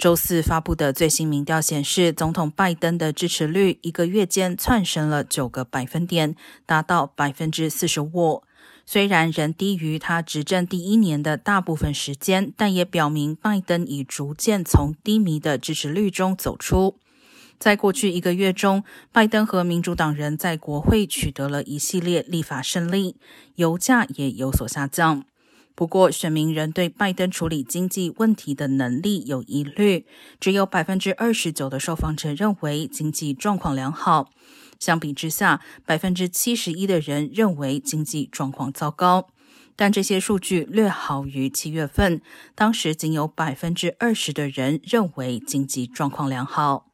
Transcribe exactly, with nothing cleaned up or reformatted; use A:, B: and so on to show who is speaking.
A: 周四发布的最新民调显示，总统拜登的支持率一个月间窜升了九个百分点，达到 百分之四十五。虽然仍低于他执政第一年的大部分时间，但也表明拜登已逐渐从低迷的支持率中走出。在过去一个月中，拜登和民主党人在国会取得了一系列立法胜利，油价也有所下降。不过，选民仍对拜登处理经济问题的能力有疑虑，只有 百分之二十九 的受访者认为经济状况良好。相比之下 百分之七十一 的人认为经济状况糟糕。但这些数据略好于七月份，当时仅有 百分之二十 的人认为经济状况良好。